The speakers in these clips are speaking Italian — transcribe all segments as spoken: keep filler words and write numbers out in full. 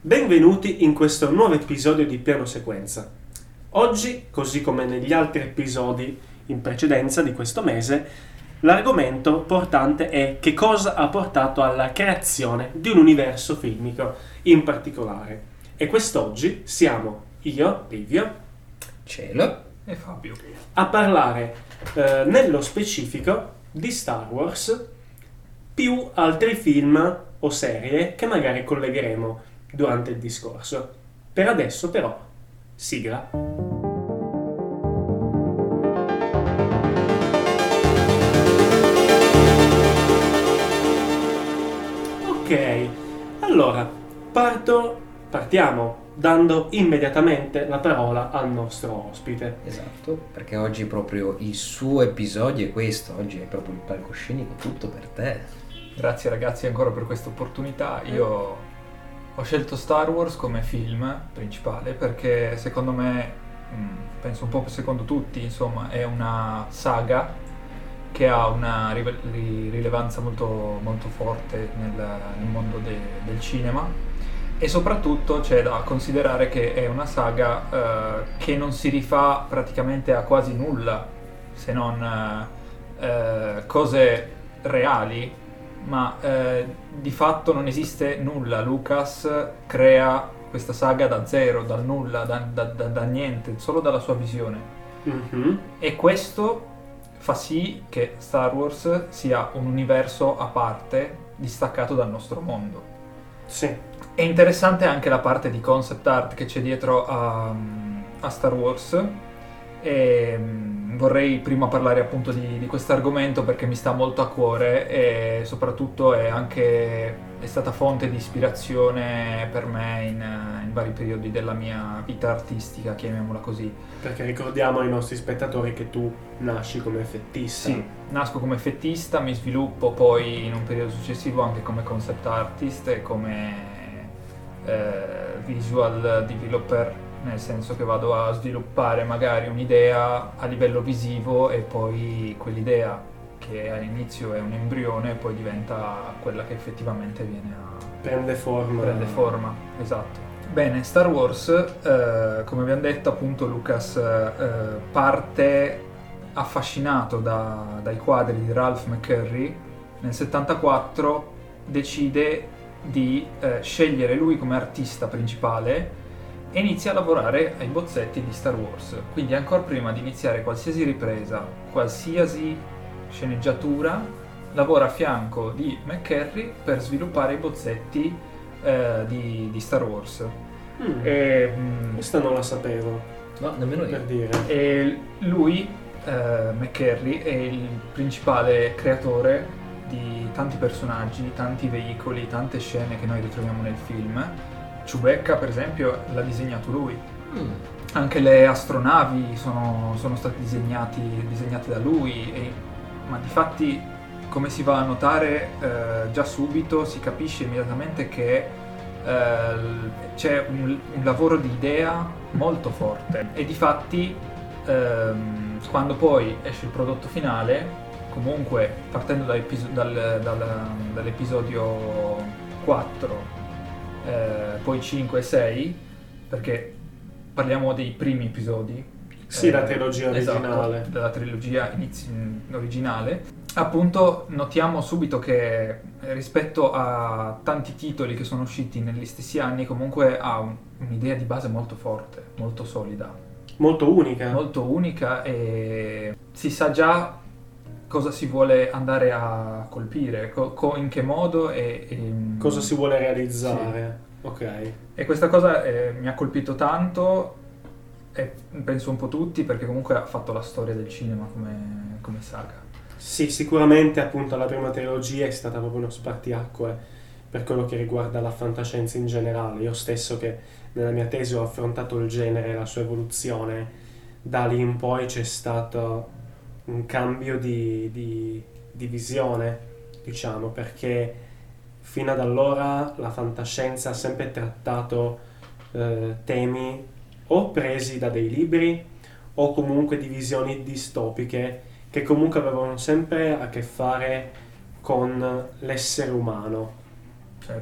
Benvenuti in questo nuovo episodio di Piano Sequenza. Oggi, così come negli altri episodi in precedenza di questo mese, l'argomento portante è che cosa ha portato alla creazione di un universo filmico in particolare. E quest'oggi siamo io, Livio, Cielo e Fabio a parlare eh, nello specifico di Star Wars più altri film o serie che magari collegheremo durante il discorso. Per adesso però, sigla. Ok, allora parto, partiamo dando immediatamente la parola al nostro ospite. Esatto, perché oggi proprio il suo episodio è questo, oggi è proprio il palcoscenico tutto per te. Grazie ragazzi ancora per questa opportunità. Io ho scelto Star Wars come film principale perché secondo me, penso un po' secondo tutti, insomma, è una saga che ha una rilevanza molto, molto forte nel, nel mondo de, del cinema, e soprattutto c'è da considerare che è una saga eh, che non si rifà praticamente a quasi nulla, se non eh, cose reali, ma eh, di fatto non esiste nulla. Lucas crea questa saga da zero, dal nulla, da, da, da, da niente, solo dalla sua visione. Mm-hmm. E questo fa sì che Star Wars sia un universo a parte, distaccato dal nostro mondo. Sì. È interessante anche la parte di concept art che c'è dietro a, a Star Wars, e vorrei prima parlare appunto di, di questo argomento perché mi sta molto a cuore e soprattutto è anche è stata fonte di ispirazione per me in, in vari periodi della mia vita artistica, chiamiamola così. Perché ricordiamo ai nostri spettatori che tu nasci come effettista. Sì, nasco come effettista, mi sviluppo poi in un periodo successivo anche come concept artist e come eh, visual developer, nel senso che vado a sviluppare magari un'idea a livello visivo e poi quell'idea che all'inizio è un embrione poi diventa quella che effettivamente viene a... prende forma. Prende forma, esatto. Bene, Star Wars, eh, come abbiamo detto appunto Lucas eh, parte affascinato da, dai quadri di Ralph McQuarrie. Nel settantaquattro decide di eh, scegliere lui come artista principale e inizia a lavorare ai bozzetti di Star Wars. Quindi ancora prima di iniziare qualsiasi ripresa, qualsiasi sceneggiatura, lavora a fianco di McQuarrie per sviluppare i bozzetti eh, di, di Star Wars. Mm. E, mh, Questa non la sapevo. No, nemmeno io. Per dire. E lui, eh, McQuarrie, è il principale creatore di tanti personaggi, tanti veicoli, tante scene che noi ritroviamo nel film. Chewbacca, per esempio, l'ha disegnato lui. Mm. Anche le astronavi sono, sono state disegnati, disegnate da lui, e, ma difatti, come si va a notare eh, già subito, si capisce immediatamente che eh, c'è un, un lavoro di idea molto forte. E difatti, ehm, quando poi esce il prodotto finale, comunque partendo dal, dal, dall'episodio quattro, Eh, poi cinque e sei, perché parliamo dei primi episodi. Sì, eh, la trilogia originale. Esatto, della trilogia inizi- originale. Appunto notiamo subito che rispetto a tanti titoli che sono usciti negli stessi anni comunque ha un, un'idea di base molto forte, molto solida. Molto unica. Molto unica, e si sa già cosa si vuole andare a colpire, co- co- in che modo e, e cosa si vuole realizzare. Sì. Ok. E questa cosa eh, mi ha colpito tanto, e penso un po' tutti, perché comunque ha fatto la storia del cinema come, come saga. Sì, sicuramente appunto la prima trilogia è stata proprio uno spartiacque per quello che riguarda la fantascienza in generale. Io stesso, che nella mia tesi ho affrontato il genere e la sua evoluzione, da lì in poi c'è stato un cambio di, di, di visione, diciamo, perché fino ad allora la fantascienza ha sempre trattato eh, temi o presi da dei libri o comunque di visioni distopiche che comunque avevano sempre a che fare con l'essere umano. Certo.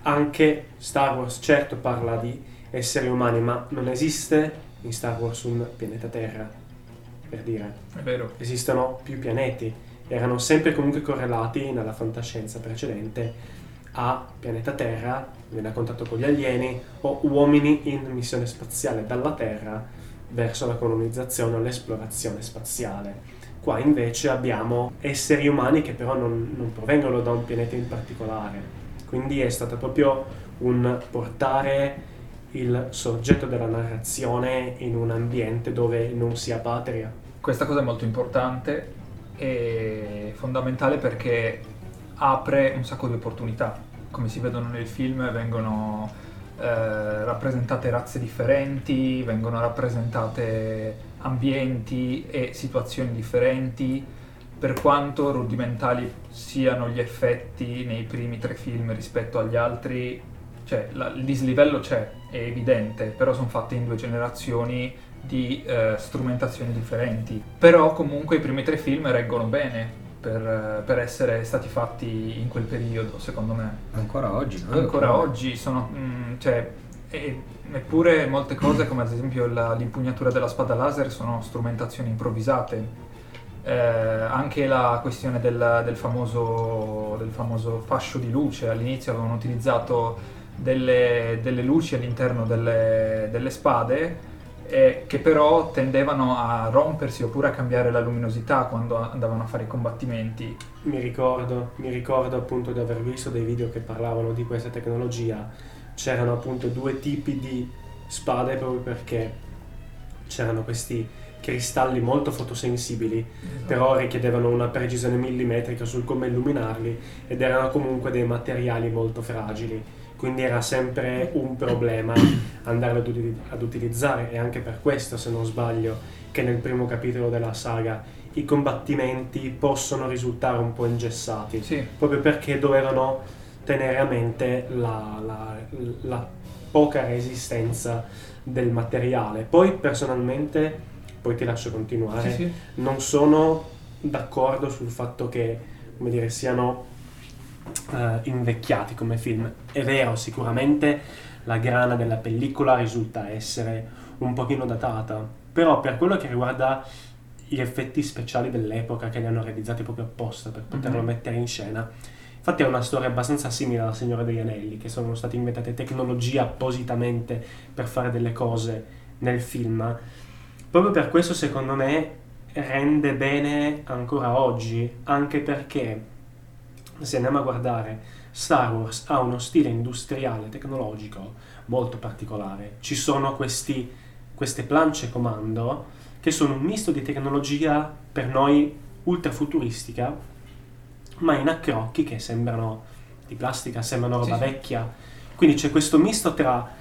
anche Star Wars certo parla di esseri umani, ma non esiste in Star Wars un pianeta Terra, per dire. È vero. Esistono più pianeti, erano sempre comunque correlati nella fantascienza precedente a pianeta Terra, viene a contatto con gli alieni o uomini in missione spaziale dalla Terra verso la colonizzazione o l'esplorazione spaziale. Qua invece abbiamo esseri umani che però non, non provengono da un pianeta in particolare, quindi è stato proprio un portare il soggetto della narrazione in un ambiente dove non sia patria. Questa cosa è molto importante e fondamentale perché apre un sacco di opportunità. Come si vedono nel film vengono eh, rappresentate razze differenti, vengono rappresentate ambienti e situazioni differenti, per quanto rudimentali siano gli effetti nei primi tre film rispetto agli altri, cioè la, il dislivello c'è, è evidente, però sono fatti in due generazioni di eh, strumentazioni differenti. Però comunque i primi tre film reggono bene per, per essere stati fatti in quel periodo, secondo me. Ancora oggi. Ancora no? oggi sono, mh, cioè, e, eppure molte cose come ad esempio la, l'impugnatura della spada laser sono strumentazioni improvvisate. Eh, anche la questione del, del, famoso, del famoso fascio di luce, all'inizio avevano utilizzato delle, delle luci all'interno delle, delle spade eh, che però tendevano a rompersi oppure a cambiare la luminosità quando andavano a fare i combattimenti. Mi ricordo, mi ricordo appunto di aver visto dei video che parlavano di questa tecnologia. C'erano appunto due tipi di spade proprio perché c'erano questi cristalli molto fotosensibili, esatto. Però richiedevano una precisione millimetrica sul come illuminarli ed erano comunque dei materiali molto fragili, quindi era sempre un problema andarli ad, ut- ad utilizzare. E anche per questo, se non sbaglio, che nel primo capitolo della saga i combattimenti possono risultare un po' ingessati, sì. Proprio perché dovevano tenere a mente la, la, la poca resistenza del materiale. Poi personalmente, poi ti lascio continuare, sì, sì. non sono d'accordo sul fatto che, come dire, siano uh, invecchiati come film. È vero, sicuramente la grana della pellicola risulta essere un pochino datata, però per quello che riguarda gli effetti speciali dell'epoca che li hanno realizzati proprio apposta per poterlo mm-hmm. mettere in scena, infatti è una storia abbastanza simile alla Signora degli Anelli, che sono state inventate tecnologie appositamente per fare delle cose nel film. Proprio per questo secondo me rende bene ancora oggi, anche perché se andiamo a guardare Star Wars ha uno stile industriale tecnologico molto particolare. Ci sono questi, queste plance comando che sono un misto di tecnologia per noi ultra futuristica, ma in accrocchi che sembrano di plastica, sembrano roba sì, sì. vecchia. Quindi c'è questo misto tra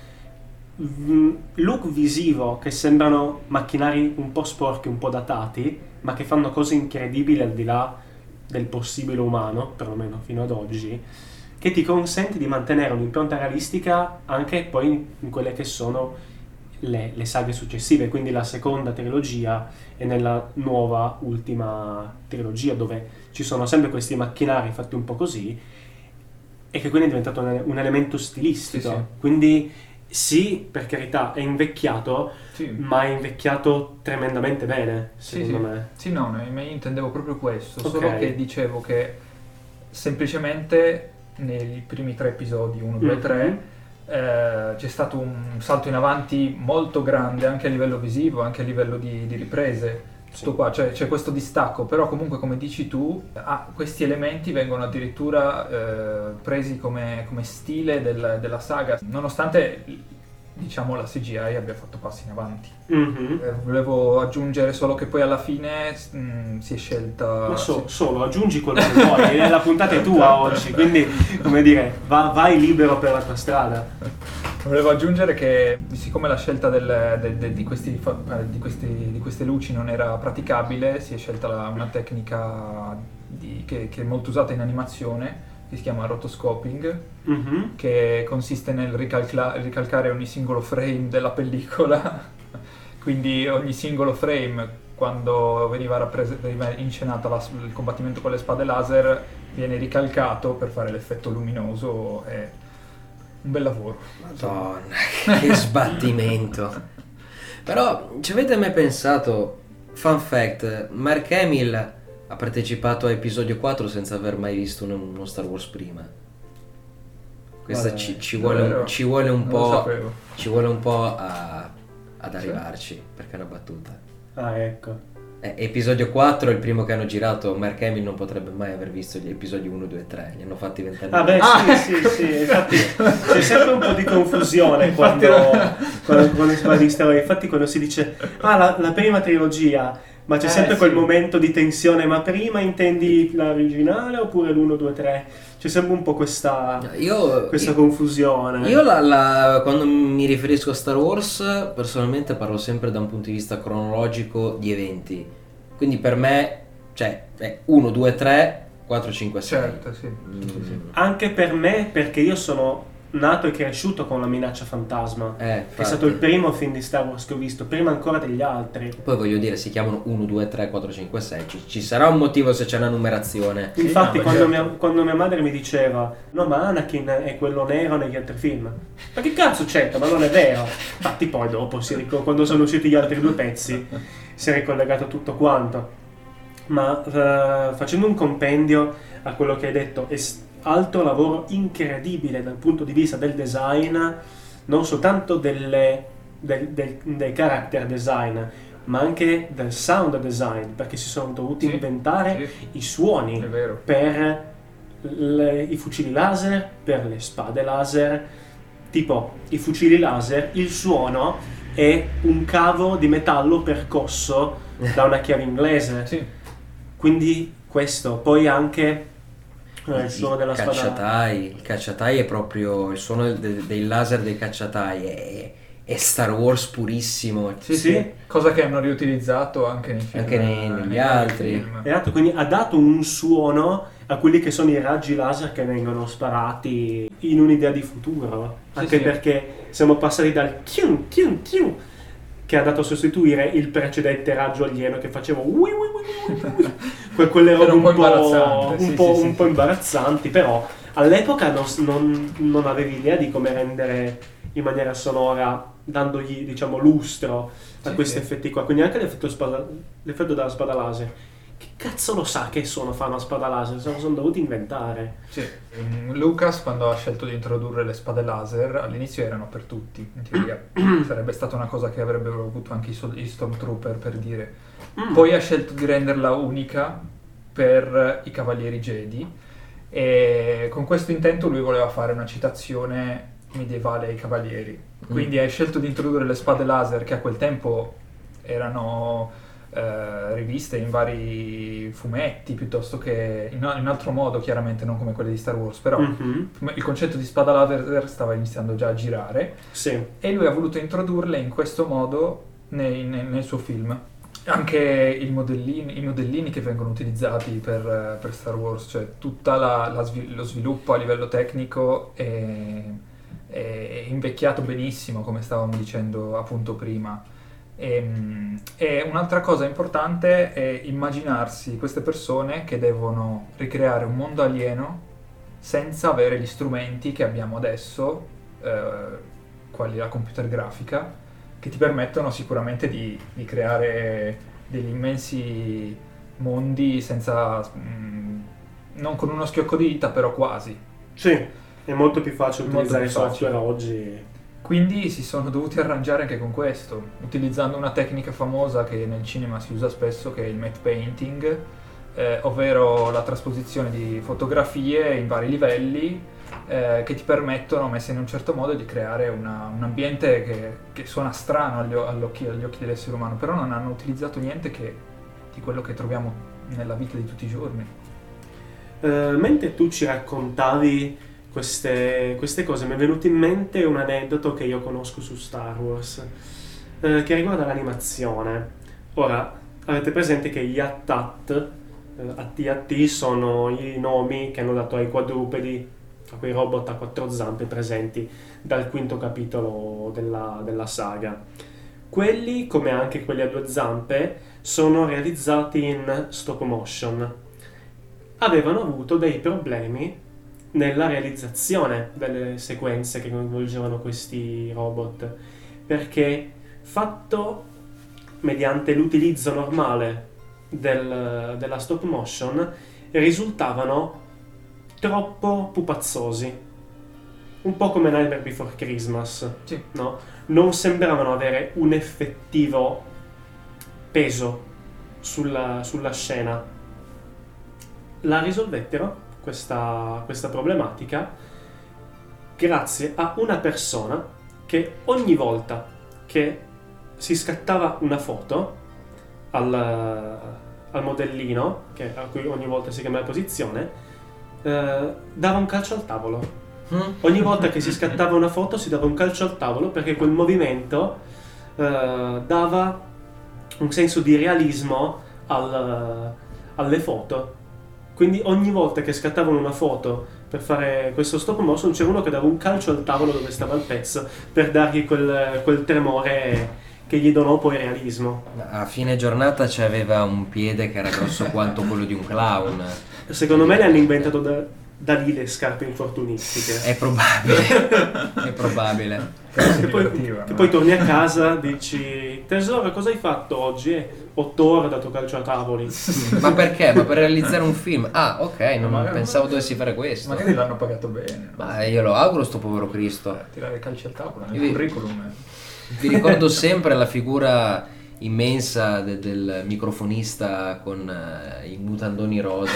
look visivo che sembrano macchinari un po' sporchi, un po' datati, ma che fanno cose incredibili al di là del possibile umano, perlomeno fino ad oggi, che ti consente di mantenere un'impronta realistica anche poi in quelle che sono le, le saghe successive, quindi la seconda trilogia e nella nuova ultima trilogia, dove ci sono sempre questi macchinari fatti un po' così e che quindi è diventato un, un elemento stilistico. Sì, sì. Quindi sì, per carità, è invecchiato, sì. ma è invecchiato tremendamente bene, secondo sì, sì. me. Sì, no, no, io intendevo proprio questo, Okay. solo che dicevo che semplicemente nei primi tre episodi, uno, due e tre, eh, c'è stato un salto in avanti molto grande anche a livello visivo, anche a livello di, di riprese. Tutto qua, cioè c'è questo distacco, però comunque come dici tu, ah, questi elementi vengono addirittura eh, presi come, come stile del, della saga, nonostante diciamo la C G I abbia fatto passi in avanti. Mm-hmm. Eh, volevo aggiungere solo che poi alla fine mh, si è scelta... Ma so, si... solo, aggiungi quello che vuoi, la puntata è tua oggi, quindi come dire, va, vai libero per la tua strada. Volevo aggiungere che siccome la scelta del, de, de, di, questi, di, questi, di queste luci non era praticabile, si è scelta la, una tecnica di, che, che è molto usata in animazione, che si chiama rotoscoping, mm-hmm. che consiste nel ricalcla, ricalcare ogni singolo frame della pellicola. Quindi ogni singolo frame, quando veniva, rapprese, veniva inscenata la, il combattimento con le spade laser, viene ricalcato per fare l'effetto luminoso e un bel lavoro. Madonna, che sbattimento. Però ci avete mai pensato, fun fact, Mark Hamill ha partecipato a episodio quattro senza aver mai visto uno, uno Star Wars prima. Questa Vabbè, ci, ci, vuole, davvero? ci vuole un Non lo po', sapevo. ci vuole un po' a, ad arrivarci, perché è una battuta. Ah, ecco. Eh, episodio quattro è il primo che hanno girato. Mark Hamill non potrebbe mai aver visto gli episodi uno, due e tre, li hanno fatti vent'anni Ah beh, Ah, sì, ecco. sì, sì, infatti c'è sempre un po' di confusione Infatti- quando, quando, quando si parla di Star Wars. Infatti quando si dice, ah, la, la prima trilogia, ma c'è Eh, sempre quel sì. momento di tensione, ma prima intendi l'originale oppure l'uno, due, tre? C'è sempre un po' questa, Io, questa io, confusione. io la, la- quando mi riferisco a Star Wars, personalmente parlo sempre da un punto di vista cronologico di eventi. Quindi per me, cioè, è uno, due, tre, quattro, cinque, sei. Certo, sì. Mm. Sì, sì. Anche per me, perché io sono nato e cresciuto con La minaccia fantasma, Eh, che è infatti. stato il primo film di Star Wars che ho visto, prima ancora degli altri. Poi voglio dire, si chiamano uno, due, tre, quattro, cinque, sei. Ci, ci sarà un motivo se c'è una numerazione. Sì, Infatti, no, ma quando, certo. mia, quando mia madre mi diceva, no, ma Anakin è quello nero negli altri film, ma che cazzo c'entra? Ma non è vero. Infatti, poi dopo, si ricor- quando sono usciti gli altri due pezzi, si è ricollegato tutto quanto. Ma eh, facendo un compendio a quello che hai detto, è s- altro lavoro incredibile dal punto di vista del design, non soltanto delle, del, del, del character design, ma anche del sound design, perché si sono dovuti Sì, inventare sì, i suoni è vero. per le- i fucili laser, per le spade laser. Tipo, i fucili laser, il suono è un cavo di metallo percosso da una chiave inglese. Sì. Quindi questo, poi anche eh, il Il suono della spada. cacciatai, il cacciatai è proprio il suono de- dei laser dei cacciatai, è, è Star Wars purissimo. Sì, Sì. sì, cosa che hanno riutilizzato anche nei film, Anche nei- eh, negli nei altri. film. Esatto, quindi ha dato un suono a quelli che sono i raggi laser che vengono sparati in un'idea di futuro. Sì, Anche sì. perché siamo passati dal tiun tiun tiun che ha dato a sostituire il precedente raggio alieno che faceva ui, ui, ui, ui, ui. Que- quelle Era robe un un po' po', imbarazzante, un sì, po', sì, un sì. po' imbarazzanti, però all'epoca non, non- non avevi idea di come rendere in maniera sonora, dandogli, diciamo, lustro a Sì, questi sì. effetti qua. Quindi anche l'effetto, spada- l'effetto della spada laser. Che cazzo lo sa che suono fa una spada laser? Se lo sono dovuti inventare. Sì. Mm, Lucas, quando ha scelto di introdurre le spade laser, all'inizio erano per tutti, in teoria. Sarebbe stata una cosa che avrebbero avuto anche i, sol- i Stormtrooper, per dire. Mm. Poi ha scelto di renderla unica per i Cavalieri Jedi e con questo intento lui voleva fare una citazione medievale ai Cavalieri. Quindi ha scelto di introdurre le spade laser che a quel tempo erano eh, riviste in vari fumetti piuttosto che in, in altro modo, chiaramente non come quelle di Star Wars, però Mhm. il concetto di spada laser stava iniziando già a girare Sì. e lui ha voluto introdurle in questo modo nei- nel, nel suo film. Anche il modellini- i modellini che vengono utilizzati per, eh, per Star Wars, cioè tutto lo sviluppo a livello tecnico è, è invecchiato benissimo, come stavamo dicendo appunto prima. E, e un'altra cosa importante è immaginarsi queste persone che devono ricreare un mondo alieno senza avere gli strumenti che abbiamo adesso, eh, quali la computer grafica, che ti permettono sicuramente di, di creare degli immensi mondi senza, mm, non con uno schiocco di dita, però quasi. Sì, è molto più facile Molto utilizzare più facile. software oggi. Quindi si sono dovuti arrangiare anche con questo, utilizzando una tecnica famosa che nel cinema si usa spesso, che è il matte painting, eh, ovvero la trasposizione di fotografie in vari livelli eh, che ti permettono, messe in un certo modo, di creare una- un ambiente che, che suona strano agli, o- all'occhi- agli occhi dell'essere umano, però non hanno utilizzato niente che, di quello che troviamo nella vita di tutti i giorni. Eh, mentre tu ci raccontavi queste, queste cose, mi è venuto in mente un aneddoto che io conosco su Star Wars, eh, che riguarda l'animazione. Ora, avete presente che gli A T A T, eh, A T A T sono i nomi che hanno dato ai quadrupedi, a quei robot a quattro zampe presenti dal quinto capitolo della, della saga. Quelli, come anche quelli a due zampe, sono realizzati in stop motion. Avevano avuto dei problemi nella realizzazione delle sequenze che coinvolgevano questi robot, perché fatto mediante l'utilizzo normale del, della stop motion risultavano troppo pupazzosi, un po' come Nightmare Before Christmas, Sì. no? Non sembravano avere un effettivo peso sulla, sulla scena. La risolvettero questa, questa problematica grazie a una persona che ogni volta che si scattava una foto al, al modellino, che, a cui ogni volta si cambiava posizione, eh, dava un calcio al tavolo. Ogni volta che si scattava una foto si dava un calcio al tavolo, perché quel movimento eh, dava un senso di realismo al, alle foto. Quindi ogni volta che scattavano una foto per fare questo stop motion c'era uno che dava un calcio al tavolo dove stava il pezzo per dargli quel, quel tremore che gli donò poi realismo. A fine giornata c'aveva un piede che era grosso quanto quello di un clown. Secondo me le hanno inventato da, da lì le scarpe infortunistiche. È probabile, è probabile. Che poi, che poi torni a casa, dici: tesoro, cosa hai fatto oggi? Eh, otto ore ho dato calcio a tavoli. Ma perché? Ma per realizzare un film? Ah, ok, non magari, pensavo dovessi fare questo. Magari l'hanno pagato bene. Ma io lo auguro, sto povero Cristo. Eh, tirare calci al tavolo nel Io vi- curriculum. Vi ricordo sempre la figura immensa de- del microfonista con eh, i mutandoni rosa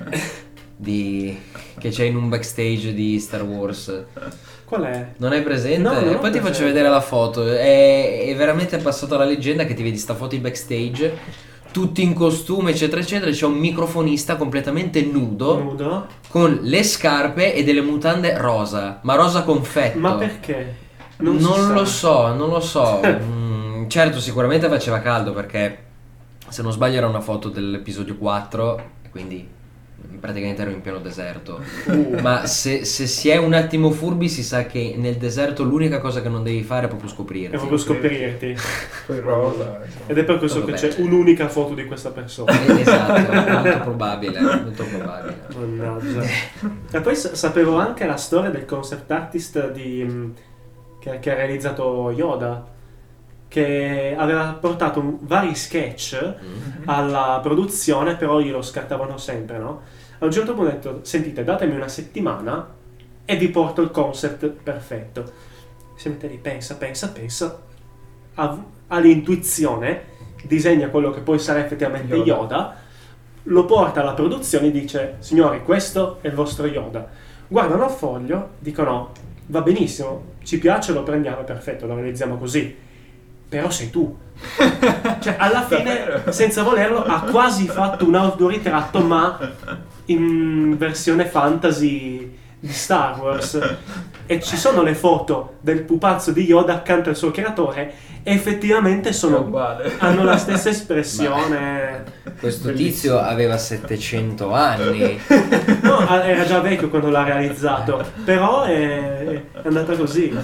di... che c'è in un backstage di Star Wars. Qual è? Non hai presente? No, non ho Poi ti presente. faccio vedere la foto. È, è veramente passata la leggenda che ti vedi sta foto in backstage, tutti in costume, eccetera, eccetera. C'è un microfonista completamente nudo, Nudo? con le scarpe e delle mutande rosa, ma rosa confetto. Ma perché? Non, si sa. lo so, non lo so. Mm, certo, sicuramente faceva caldo perché, se non sbaglio, era una foto dell'episodio quattro, quindi praticamente ero in pieno deserto. Uh. Ma se, se si è un attimo furbi, si sa che nel deserto l'unica cosa che non devi fare è proprio scoprirti. È proprio scoprirti. Poi rosa. insomma. Ed è per questo Vabbè. che c'è un'unica foto di questa persona. Eh, Esatto, molto probabile, molto probabile. Mannaggia. E poi sa- sapevo anche la storia del concept artist di, mh, che, che ha realizzato Yoda, che aveva portato un- vari sketch Mm. alla produzione, però glielo scartavano sempre, no? A un certo punto ho detto: sentite, datemi una settimana e vi porto il concept perfetto. Si mette lì, pensa, pensa, pensa, ha, ha l'intuizione, disegna quello che poi sarà effettivamente Yoda. Yoda, lo porta alla produzione e dice: signori, questo è il vostro Yoda. Guardano il foglio, dicono: va benissimo, ci piace, lo prendiamo, perfetto, lo realizziamo così. Però sei tu. Cioè, alla fine, Davvero? senza volerlo, ha quasi fatto un autoritratto, ma in versione fantasy di Star Wars. E ci sono le foto del pupazzo di Yoda accanto al suo creatore e effettivamente È sono, uguale. hanno la stessa espressione. Questo Bellissimo. tizio aveva settecento anni. No, era già vecchio quando l'ha realizzato, però è, è andata così.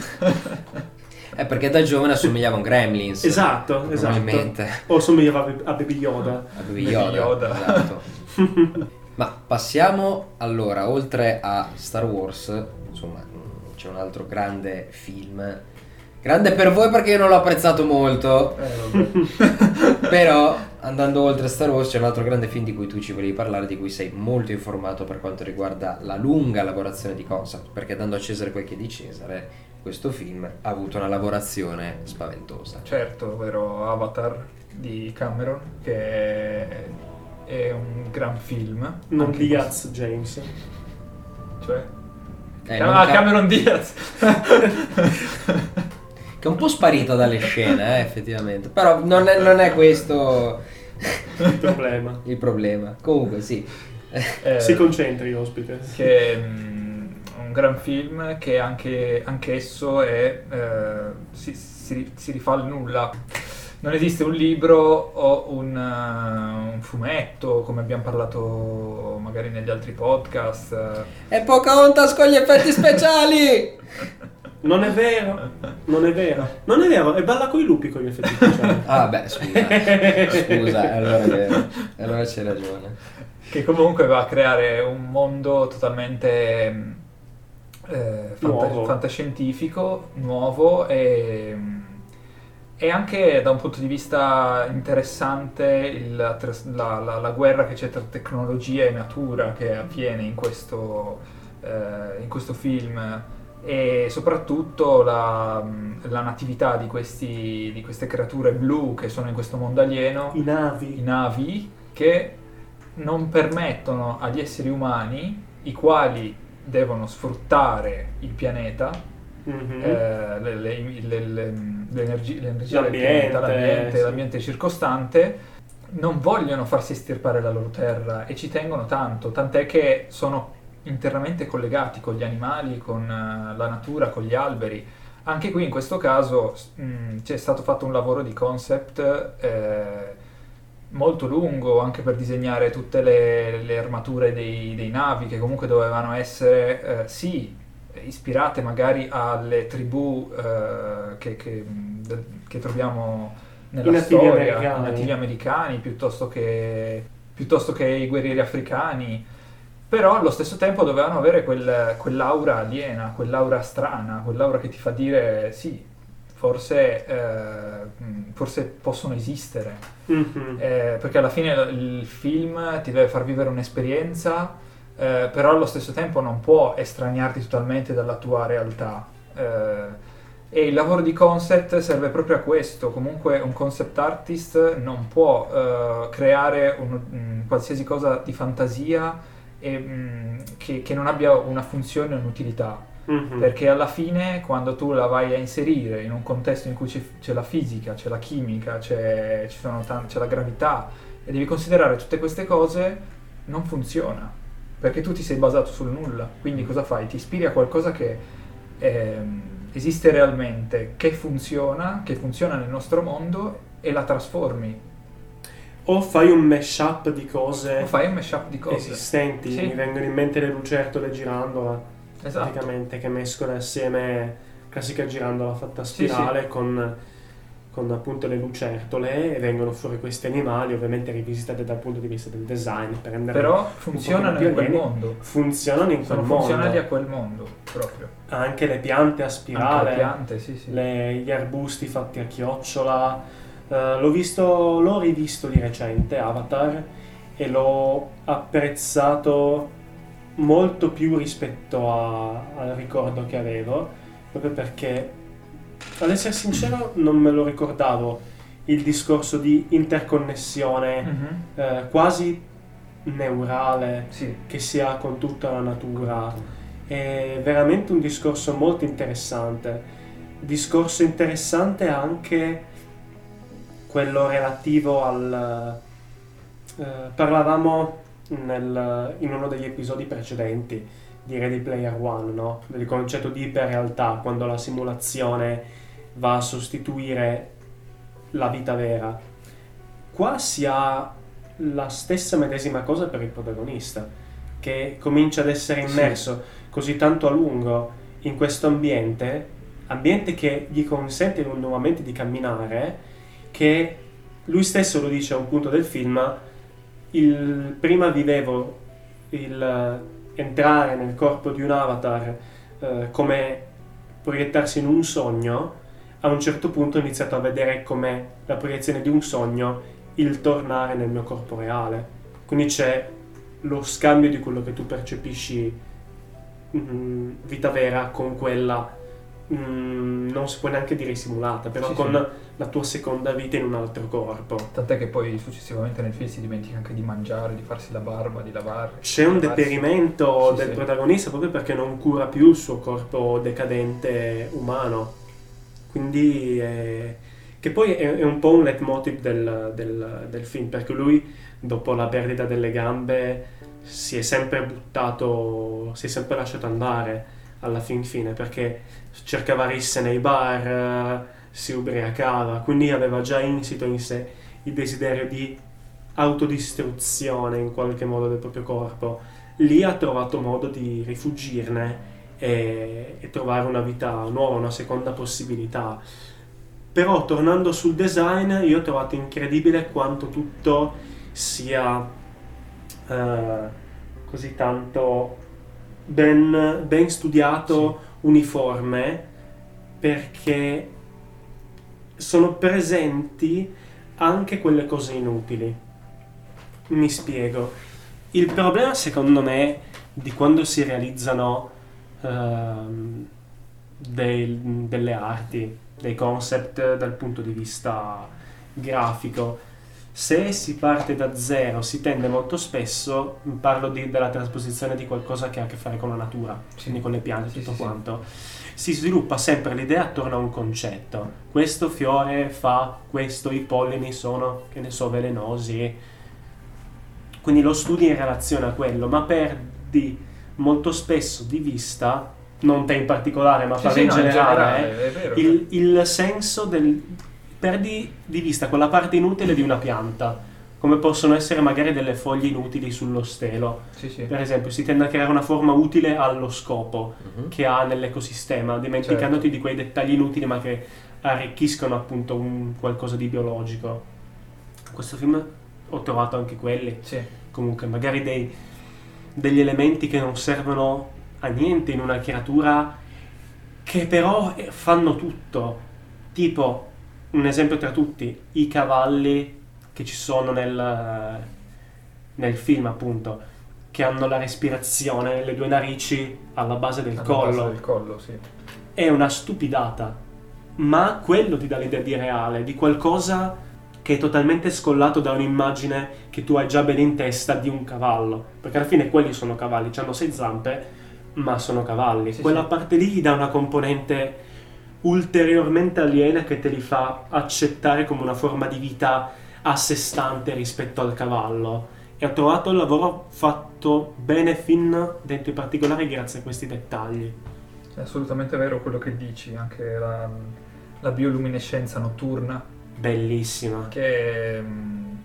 È perché da giovane assomigliava a un Gremlins. Esatto, esatto. Probabilmente. O somigliava a Baby Yoda. A Baby Baby Yoda, Yoda. esatto. Ma passiamo allora, oltre a Star Wars, insomma, mh, c'è un altro grande film. Grande per voi perché io non l'ho apprezzato molto. Eh, vabbè. Però, andando oltre a Star Wars, c'è un altro grande film di cui tu ci volevi parlare, di cui sei molto informato per quanto riguarda la lunga lavorazione di concept, perché dando a Cesare quel che è di Cesare, questo film ha avuto una lavorazione spaventosa. Certo, ovvero Avatar di Cameron, che è, è un gran film. Non Anche Diaz James. questo. Cioè? Eh, ah, non ca- Cameron Diaz! Che è un po' sparito dalle scene, eh, effettivamente. Però non è, non è questo Il problema. il problema. Comunque, sì. Eh, Si concentri, ospite. che è mm, un gran film che anche anch'esso è, eh, si, si, si rifà al nulla. Non esiste un libro o un, uh, un fumetto, come abbiamo parlato magari negli altri podcast. È Pocahontas con gli effetti speciali! Non è vero, non è vero. Non è vero, e balla coi lupi con gli effetti speciali. Ah, beh, scusa. Scusa, allora è vero. Allora c'hai ragione. Che comunque va a creare un mondo totalmente eh, fanta- Nuovo. fantascientifico, nuovo e, e anche da un punto di vista interessante il- la, la- la guerra che c'è tra tecnologia e natura che avviene in questo, eh, in questo film, e soprattutto la, la natività di, questi, di queste creature blu che sono in questo mondo alieno, I navi. i navi che non permettono agli esseri umani, i quali devono sfruttare il pianeta, Mhm. eh, le- le- le- le- l'energia, l'energia del L'ambiente, pianeta, l'ambiente, sì. l'ambiente circostante, non vogliono farsi estirpare la loro terra e ci tengono tanto, tant'è che sono internamente collegati con gli animali, con eh, la natura, con gli alberi. Anche qui in questo caso mh, c'è stato fatto un lavoro di concept eh, molto lungo, anche per disegnare tutte le, le armature dei, dei navi, che comunque dovevano essere eh, sì ispirate magari alle tribù eh, che, che- che troviamo nella I nativi storia, americani. i nativi americani, piuttosto che, piuttosto che i guerrieri africani. Però allo stesso tempo dovevano avere quel- quell'aura aliena, quell'aura strana, quell'aura che ti fa dire sì, forse, eh, mh, forse possono esistere. Mhm. Eh, perché alla fine il film ti deve far vivere un'esperienza, eh, però allo stesso tempo non può estraniarti totalmente dalla tua realtà. Eh, e il lavoro di concept serve proprio a questo. Comunque un concept artist non può eh, creare un- un qualsiasi cosa di fantasia e, mh, che, che non abbia una funzione o un'utilità. Mhm. Perché alla fine, quando tu la vai a inserire in un contesto in cui c'è, c'è la fisica, c'è la chimica, c'è, ci sono tan- c'è la gravità, e devi considerare tutte queste cose, non funziona. Perché tu ti sei basato sul nulla. Quindi cosa fai? Ti ispiri a qualcosa che ehm, esiste realmente, che funziona, che funziona nel nostro mondo, e la trasformi. O fai un mashup di cose O fai un mashup di cose. esistenti. Sì. Mi vengono in mente le lucertole girandola. Esatto. Praticamente, che mescola assieme classica girandola fatta a Sì, spirale sì. Con, con appunto le lucertole, e vengono fuori questi animali, ovviamente rivisitati dal punto di vista del design, per rendere Però un po' funzionano più in quel alieni. mondo. Funzionano in Sono quel mondo. funzionali a quel mondo, proprio. Anche le piante a Anche spirale, le piante, sì, sì. le- gli arbusti fatti a chiocciola. Eh, l'ho visto, l'ho rivisto di recente, Avatar, e l'ho apprezzato molto più rispetto a- al ricordo che avevo, proprio perché, ad essere sincero, non me lo ricordavo il discorso di interconnessione Mhm. eh, quasi neurale Sì. che si ha con tutta la natura. È veramente un discorso molto interessante. Discorso interessante anche quello relativo al... eh, parlavamo nel- in uno degli episodi precedenti di Ready Player One, no? Del concetto di iperrealtà, quando la simulazione va a sostituire la vita vera. Qua si ha la stessa medesima cosa per il protagonista, che comincia ad essere immerso così tanto a lungo in questo ambiente, ambiente che gli consente nuovamente di camminare, che lui stesso lo dice a un punto del film: il, prima vivevo il eh, entrare nel corpo di un avatar eh, come proiettarsi in un sogno. A un certo punto ho iniziato a vedere come la proiezione di un sogno il tornare nel mio corpo reale. Quindi c'è lo scambio di quello che tu percepisci mm, vita vera con quella mm, non si può neanche dire simulata, però Sì, con sì. la tua seconda vita in un altro corpo. Tant'è che poi successivamente nel film si dimentica anche di mangiare, di farsi la barba, di lavare. C'è un di lavarsi. deperimento Sì, del sì. protagonista proprio perché non cura più il suo corpo decadente umano. Quindi è... che poi è, è un po' un leitmotiv del, del, del film, perché lui dopo la perdita delle gambe si è sempre buttato, si è sempre lasciato andare alla fin fine, perché cercava risse nei bar, si ubriacava, quindi aveva già insito in sé il desiderio di autodistruzione in qualche modo del proprio corpo. Lì ha trovato modo di rifugirne e, e trovare una vita nuova, una seconda possibilità. Però tornando sul design, io ho trovato incredibile quanto tutto sia eh, così tanto ben, ben studiato, sì. uniforme, perché sono presenti anche quelle cose inutili. Mi spiego. Il problema, secondo me, di quando si realizzano uh, dei, delle arti, dei concept dal punto di vista grafico, se si parte da zero, si tende molto spesso, parlo di, della trasposizione di qualcosa che ha a che fare con la natura, sì. quindi con le piante, sì, tutto sì, quanto, sì. si sviluppa sempre l'idea attorno a un concetto. Questo fiore fa questo, i pollini sono, che ne so, velenosi, quindi lo studi in relazione a quello, ma perdi molto spesso di vista, non te in particolare, ma sì, parlo sì, in no, generale, in generale è vero. Il, il senso del... perdi di vista quella parte inutile di una pianta, come possono essere magari delle foglie inutili sullo stelo. Sì, sì. Per esempio, si tende a creare una forma utile allo scopo uh-huh. che ha nell'ecosistema, dimenticandoti certo. di quei dettagli inutili ma che arricchiscono appunto un qualcosa di biologico. In questo film ho trovato anche quelli. Sì. Comunque, magari dei, degli elementi che non servono a niente in una creatura, che però fanno tutto. Tipo, un esempio tra tutti, i cavalli che ci sono nel, nel film, appunto, che hanno la respirazione, le due narici alla base del alla collo. Base del collo, sì. È una stupidata, ma quello ti dà l'idea di reale, di qualcosa che è totalmente scollato da un'immagine che tu hai già ben in testa di un cavallo, perché alla fine quelli sono cavalli, hanno sei zampe, ma sono cavalli. Sì, Quella sì. parte lì gli dà una componente ulteriormente aliena che te li fa accettare come una forma di vita a sé stante rispetto al cavallo, e ho trovato il lavoro fatto bene fin dentro i particolari grazie a questi dettagli. È assolutamente vero quello che dici, anche la, la bioluminescenza notturna, bellissima, che mh,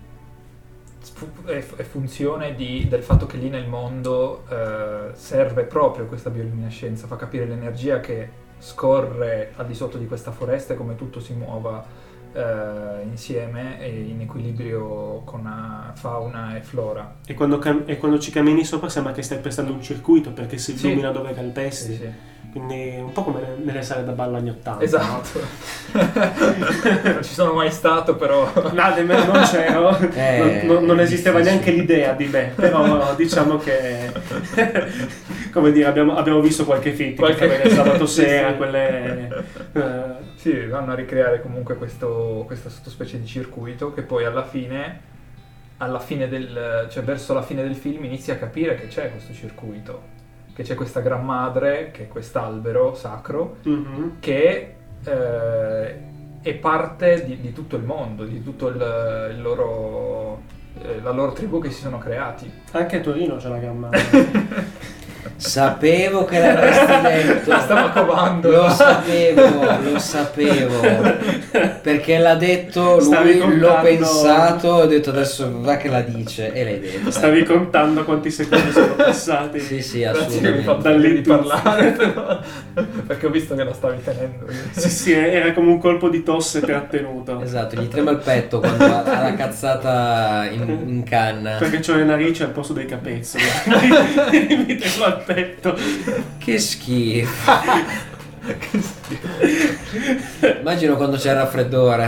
è, è funzione di, del fatto che lì nel mondo eh, serve proprio questa bioluminescenza, fa capire l'energia che scorre al di sotto di questa foresta e come tutto si muova eh, insieme e in equilibrio con fauna e flora. E quando, cam- e quando ci cammini sopra sembra che stai prestando un circuito, perché si illumina sì. dove calpesti. Sì, sì. Quindi un po' come nelle sale da ballo anni ottanta. Esatto. No? Non ci sono mai stato, però. No, nemmeno non c'ero. Eh, non, non, non esisteva neanche l'idea di me. Però diciamo che, come dire, abbiamo, abbiamo visto qualche film, qualche tipo sabato sera, sì, quelle. Uh... Sì, vanno a ricreare comunque questo, questa sottospecie di circuito che poi alla fine, alla fine del, cioè verso la fine del film, inizi a capire che c'è questo circuito. Che c'è questa gran madre, che è quest'albero sacro, mm-hmm. che eh, è parte di, di tutto il mondo, di tutto il, il loro, eh, la loro tribù che si sono creati. Anche a Torino c'è la gran madre. Sapevo che l'avresti detto. La stavo covando. Lo sapevo, lo sapevo. Perché l'ha detto lui, contando... l'ho pensato, ho detto adesso va che la dice e l'hai detto. Stavi contando quanti secondi sono passati. Sì, sì, Grazie che mi fa assolutamente. di parlare, però, perché ho visto che la stavi tenendo. Sì, sì, era come un colpo di tosse trattenuto. Esatto, gli trema il petto quando ha la cazzata in, in canna. Perché c'ho le narici al posto dei capezzoli. Mi trema il petto. Che schifo. Che schifo. Immagino quando c'è il raffreddore.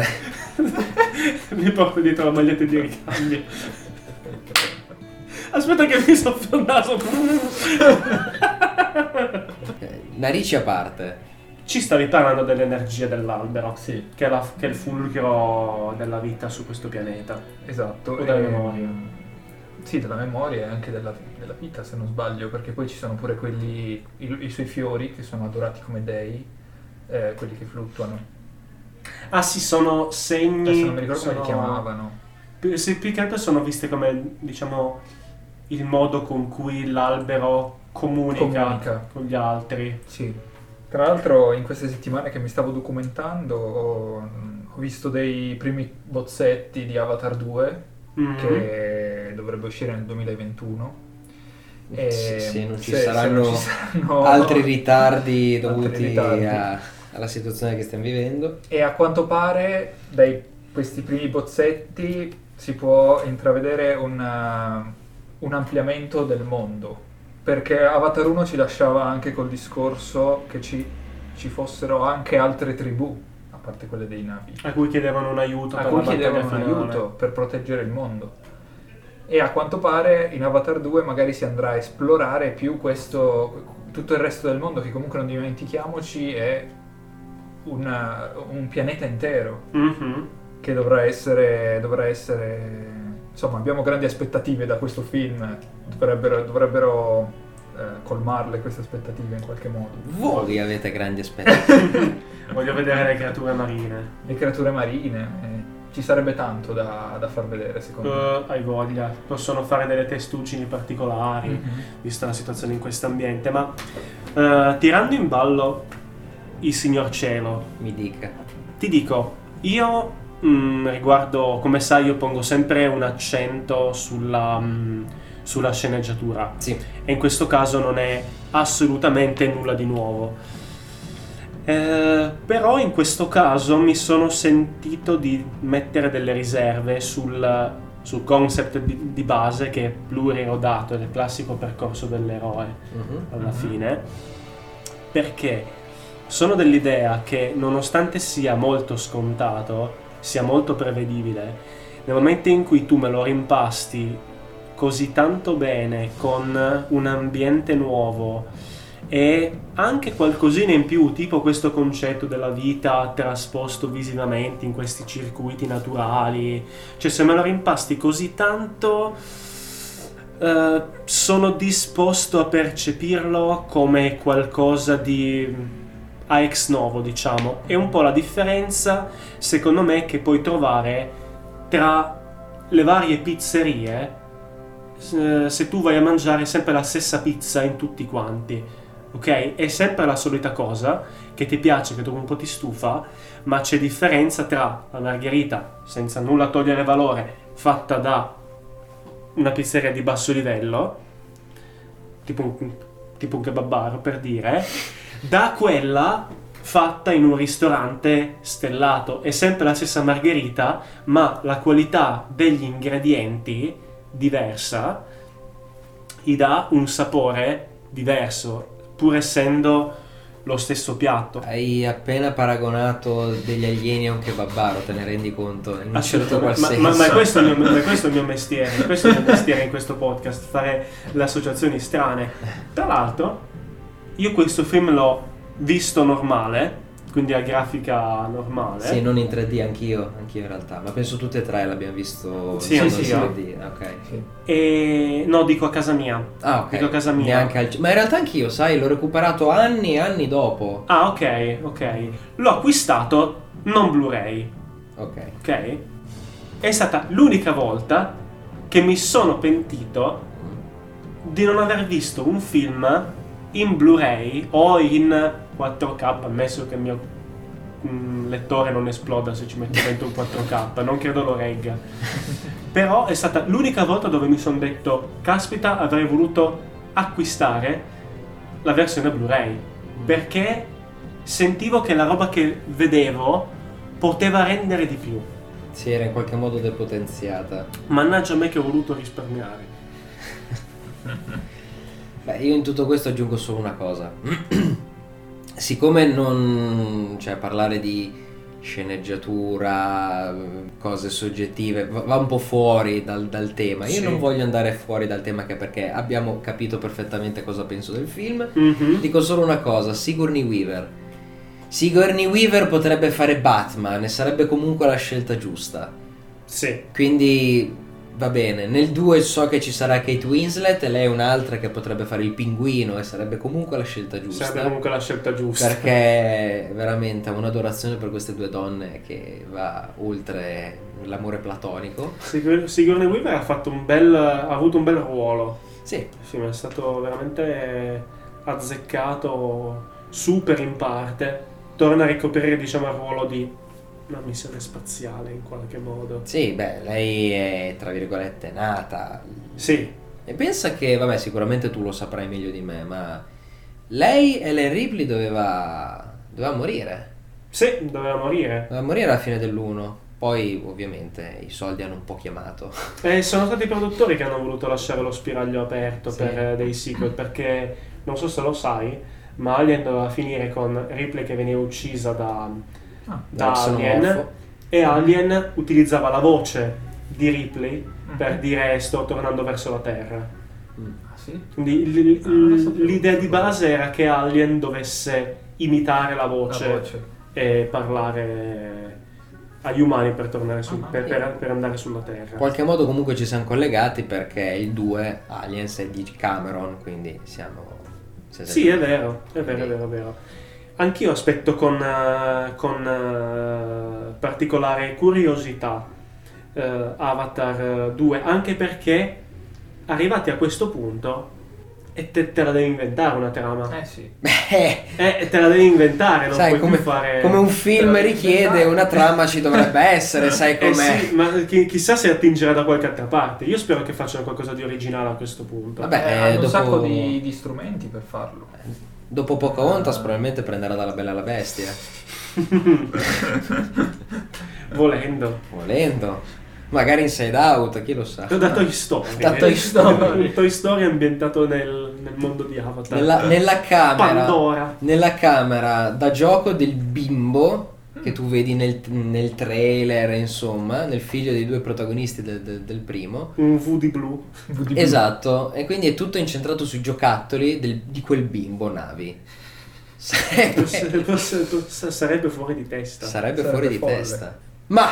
Mi porto dietro la maglietta di ricambio. Aspetta che mi soffio il naso. Narici a parte. Ci stavi parlando dell'energia dell'albero, sì, che è, la, che è il fulcro della vita su questo pianeta. Esatto. O della memoria. Sì, della memoria e anche della, della vita, se non sbaglio, perché poi ci sono pure quelli, i, i suoi fiori che sono adorati come dei, eh, quelli che fluttuano. Ah sì, sono segni. Adesso non mi ricordo sono... come li chiamavano. Sì, più che altro sono viste come, diciamo, il modo con cui l'albero comunica, comunica. con gli altri. Sì. Tra l'altro in queste settimane che mi stavo documentando ho, ho visto dei primi bozzetti di Avatar due, mm-hmm. che dovrebbe uscire nel duemilaventuno. E sì, sì, non ci se, saranno, se non ci saranno altri ritardi dovuti altri ritardi. A, alla situazione che stiamo vivendo. E a quanto pare dai questi primi bozzetti si può intravedere una, un ampliamento del mondo, perché Avatar uno ci lasciava anche col discorso che ci, ci fossero anche altre tribù, a parte quelle dei Na'vi, A cui chiedevano un aiuto a per cui la battaglia chiedevano un finale. aiuto per proteggere il mondo. E a quanto pare in Avatar due magari si andrà a esplorare più questo, tutto il resto del mondo, che comunque non dimentichiamoci è una- un pianeta intero Mhm. che dovrà essere, dovrà essere, insomma abbiamo grandi aspettative da questo film, dovrebbero, dovrebbero eh, colmarle queste aspettative in qualche modo. Voi avete grandi aspettative. Voglio vedere le creature marine. Le creature marine, eh, ci sarebbe tanto da, da far vedere secondo me. Uh, hai voglia, possono fare delle testuggini particolari, Mhm. vista la situazione in questo ambiente, ma uh, tirando in ballo il signor cielo, Mi dica. ti dico, io mm, riguardo, come sai, io pongo sempre un accento sulla, mm, sulla sceneggiatura, Sì. e in questo caso non è assolutamente nulla di nuovo. Eh, però in questo caso mi sono sentito di mettere delle riserve sul, sul concept di, di base, che è plurirodato ed è il classico percorso dell'eroe Mhm. alla Mhm. fine, perché sono dell'idea che nonostante sia molto scontato, sia molto prevedibile, nel momento in cui tu me lo rimpasti così tanto bene, con un ambiente nuovo e anche qualcosina in più, tipo questo concetto della vita trasposto visivamente in questi circuiti naturali, cioè se me lo rimpasti così tanto, eh, sono disposto a percepirlo come qualcosa di a ex novo, diciamo. È un po' la differenza, secondo me, che puoi trovare tra le varie pizzerie, eh, se tu vai a mangiare sempre la stessa pizza in tutti quanti. Ok? È sempre la solita cosa che ti piace, che dopo un po' ti stufa, ma c'è differenza tra la margherita, senza nulla togliere valore, fatta da una pizzeria di basso livello, tipo un, tipo un kebabaro per dire, da quella fatta in un ristorante stellato. È sempre la stessa margherita, ma la qualità degli ingredienti diversa gli dà un sapore diverso, pur essendo lo stesso piatto. Hai appena paragonato degli alieni a un kebabaro, te ne rendi conto? In un certo qual Assolutamente, ma, senso. ma, ma questo, è il mio, ma questo è il mio mestiere, questo è il mio mestiere in questo podcast, fare le associazioni strane. Tra l'altro, io questo film l'ho visto normale, quindi a grafica normale. Sì, non in tre D, anch'io, anch'io in realtà, ma penso tutte e tre l'abbiamo visto Sì, in anch'io. tre D, ok. Sì. E no, dico a casa mia. Ah, ok. Dico a casa mia. Neanche al... Ma in realtà anch'io, sai, l'ho recuperato anni e anni dopo. Ah, ok, ok. L'ho acquistato non Blu-ray, Ok. ok? È stata l'unica volta che mi sono pentito di non aver visto un film in Blu-ray o in quattro K, ammesso che il mio mm, lettore non esploda se ci metto dentro un quattro K, non credo lo regga. Però è stata l'unica volta dove mi sono detto, caspita, avrei voluto acquistare la versione Blu-ray, perché sentivo che la roba che vedevo poteva rendere di più. Si era in qualche modo depotenziata. Mannaggia me che ho voluto risparmiare. Beh, io in tutto questo aggiungo solo una cosa. Siccome non... cioè parlare di sceneggiatura, cose soggettive, va va un po' fuori dal, dal tema. Io Sì. non voglio andare fuori dal tema, che perché abbiamo capito perfettamente cosa penso del film. Mhm. Dico solo una cosa, Sigourney Weaver. Sigourney Weaver potrebbe fare Batman e sarebbe comunque la scelta giusta. Sì. Quindi va bene, nel due so che ci sarà Kate Winslet e lei è un'altra che potrebbe fare il pinguino e sarebbe comunque la scelta giusta. Sarebbe comunque la scelta giusta. Perché veramente ho un'adorazione per queste due donne che va oltre l'amore platonico. Sigour- Sigourney Weaver ha fatto un bel ha avuto un bel ruolo. Sì, Il film è stato veramente azzeccato, super in parte. Torna a ricoprire, diciamo, il ruolo di una missione spaziale in qualche modo. sì, beh, lei è tra virgolette nata. Sì, E pensa che, vabbè, sicuramente tu lo saprai meglio di me, ma lei, Ellen Ripley, doveva, doveva morire. sì, doveva morire. Doveva morire alla fine dell'uno. Poi ovviamente i soldi hanno un po' chiamato. Eh, sono stati i produttori che hanno voluto lasciare lo spiraglio aperto Sì. per eh, dei sequel, perché non so se lo sai, ma Alien doveva finire con Ripley che veniva uccisa da, Ah. da Dal Alien, xenomorfo. e Alien utilizzava la voce di Ripley Mhm. per dire sto tornando verso la Terra. Mm. Ah, sì? Quindi l- l- Ah, non lo sapevo. l'idea di base era che Alien dovesse imitare la voce, La voce. e parlare agli umani per, tornare su, Ah, per, sì. per- per andare sulla Terra. In qualche modo comunque ci siamo collegati perché il due Aliens è di Cameron, quindi siamo... Sì, è vero, è vero, è vero, è vero. Anch'io aspetto con, eh, con eh, particolare curiosità eh, Avatar due, anche perché arrivati a questo punto e te, te la devi inventare una trama. Eh sì. Beh, Eh, te la devi inventare, non sai, puoi come, più fare... come un film Te la devi richiede, inventare. una trama ci dovrebbe essere, sai Eh com'è. sì, ma chi- chissà se attingerà da qualche altra parte. Io spero che facciano qualcosa di originale a questo punto. Vabbè, Eh, eh, hanno dopo- un sacco di, di strumenti per farlo. Dopo Pocahontas probabilmente prenderà dalla Bella e la Bestia. Volendo. Volendo. Magari Inside Out, chi lo sa. Da Toy Story. Da Toy Story. Un Toy Story ambientato nel, nel mondo di Avatar. Nella, nella camera Pandora. nella camera da gioco del bimbo che tu vedi nel, nel trailer, insomma, nel figlio dei due protagonisti del, del- del primo. Un V di blu. Esatto, e quindi è tutto incentrato sui giocattoli del- di quel bimbo Navi. Sarebbe, Posse- posse- posse- sarebbe fuori di testa. sarebbe Sarebbe fuori di folle. testa. Ma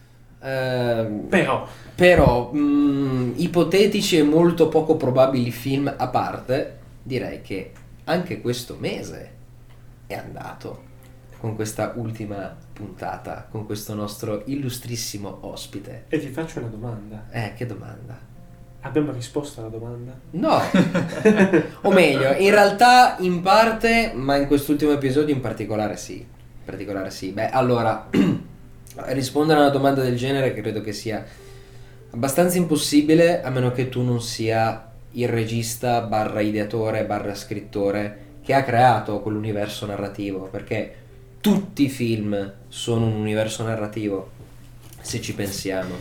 ehm, Però, Però, mh, ipotetici e molto poco probabili film a parte, direi che anche questo mese è andato con questa ultima puntata, con questo nostro illustrissimo ospite. e ti faccio una domanda. Eh, che domanda? Abbiamo risposto alla domanda? No, o meglio, in realtà in parte, ma in quest'ultimo episodio in particolare sì. In particolare sì. Beh, allora, rispondere a una domanda del genere credo che sia abbastanza impossibile, a meno che tu non sia il regista barra ideatore barra scrittore che ha creato quell'universo narrativo, perché tutti i film sono un universo narrativo, se ci pensiamo.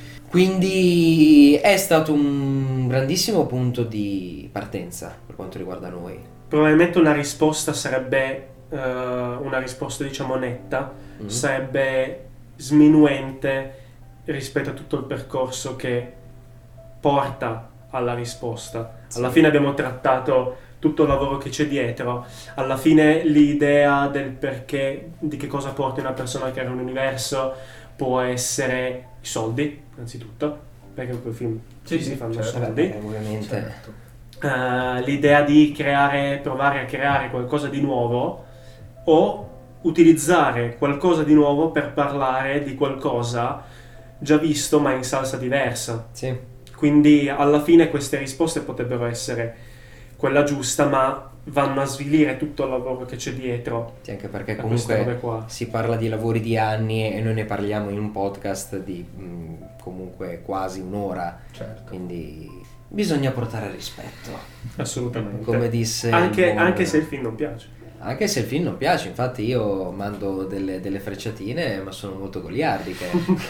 Quindi è stato un grandissimo punto di partenza per quanto riguarda noi. Probabilmente una risposta sarebbe eh, una risposta diciamo netta, Mhm. sarebbe sminuente rispetto a tutto il percorso che porta alla risposta. Alla Sì. fine abbiamo trattato tutto il lavoro che c'è dietro, alla fine l'idea del perché, di che cosa porti una persona a creare un universo può essere i soldi, innanzitutto, perché con quei film Sì, si sì, fanno certo. soldi. Vabbè, ovviamente. Certo. Eh, l'idea di creare, provare a creare qualcosa di nuovo o utilizzare qualcosa di nuovo per parlare di qualcosa già visto ma in salsa diversa. Sì. Quindi alla fine queste risposte potrebbero essere quella giusta, ma vanno a svilire tutto il lavoro che c'è dietro Sì, anche perché a queste robe comunque qua. si parla di lavori di anni e noi ne parliamo in un podcast di mh, comunque quasi un'ora, Certo. quindi bisogna portare rispetto, Assolutamente. come disse il anche, buon- anche se il film non piace. anche se il film non piace, infatti io mando delle, delle frecciatine, ma sono molto goliardiche.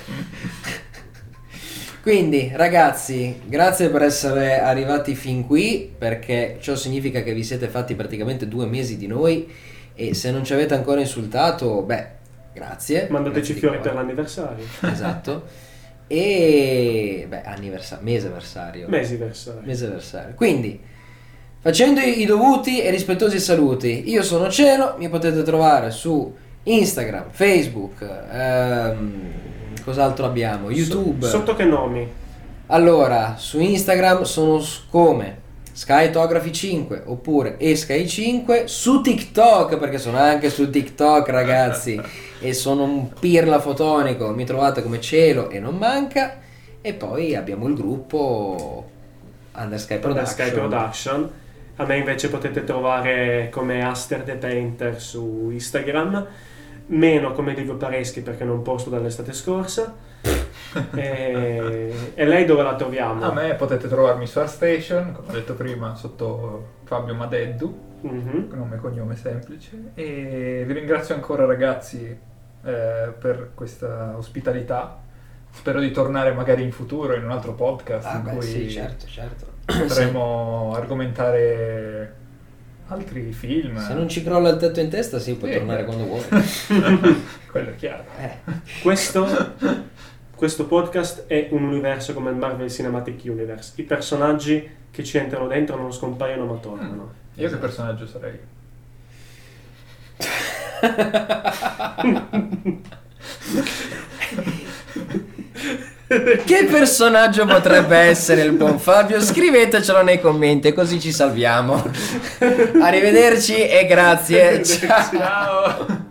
Quindi ragazzi, grazie per essere arrivati fin qui, perché ciò significa che vi siete fatti praticamente due mesi di noi, e se non ci avete ancora insultato, beh, grazie. Mandateci grazie di fiori cuore. per l'anniversario. Esatto. E beh, anniversario, meseversario. Mesiversario. Meseversario. Quindi, facendo i i dovuti e rispettosi saluti, io sono Cielo, mi potete trovare su Instagram, Facebook, ehm, cos'altro abbiamo? YouTube. So- sotto che nomi? Allora, su Instagram sono s- come Skytography cinque oppure Eskai cinque, su TikTok, perché sono anche su TikTok ragazzi, e sono un pirla fotonico, mi trovate come Cielo e non manca, e poi abbiamo il gruppo Undersky Production. Production. Sky Production. A me invece potete trovare come Aster the Painter su Instagram, meno come Livio Pareschi perché non posto dall'estate scorsa. e... e lei dove la troviamo? A me potete trovarmi su ArtStation, come ho detto prima, sotto Fabio Madeddu, Mhm. nome e cognome semplice. E vi ringrazio ancora ragazzi eh, per questa ospitalità. Spero di tornare magari in futuro in un altro podcast Ah, in beh, cui sì, certo, certo. potremo argomentare altri film. Se non ci crolla il tetto in testa, sì, puoi Sì. tornare quando vuoi. Quello è chiaro. Eh. Questo, questo podcast è un universo come il Marvel Cinematic Universe. I personaggi che ci entrano dentro non scompaiono ma tornano. Io che personaggio sarei? Che personaggio potrebbe essere il buon Fabio? Scrivetecelo nei commenti, così ci salviamo. Arrivederci e grazie. Ciao. Ciao!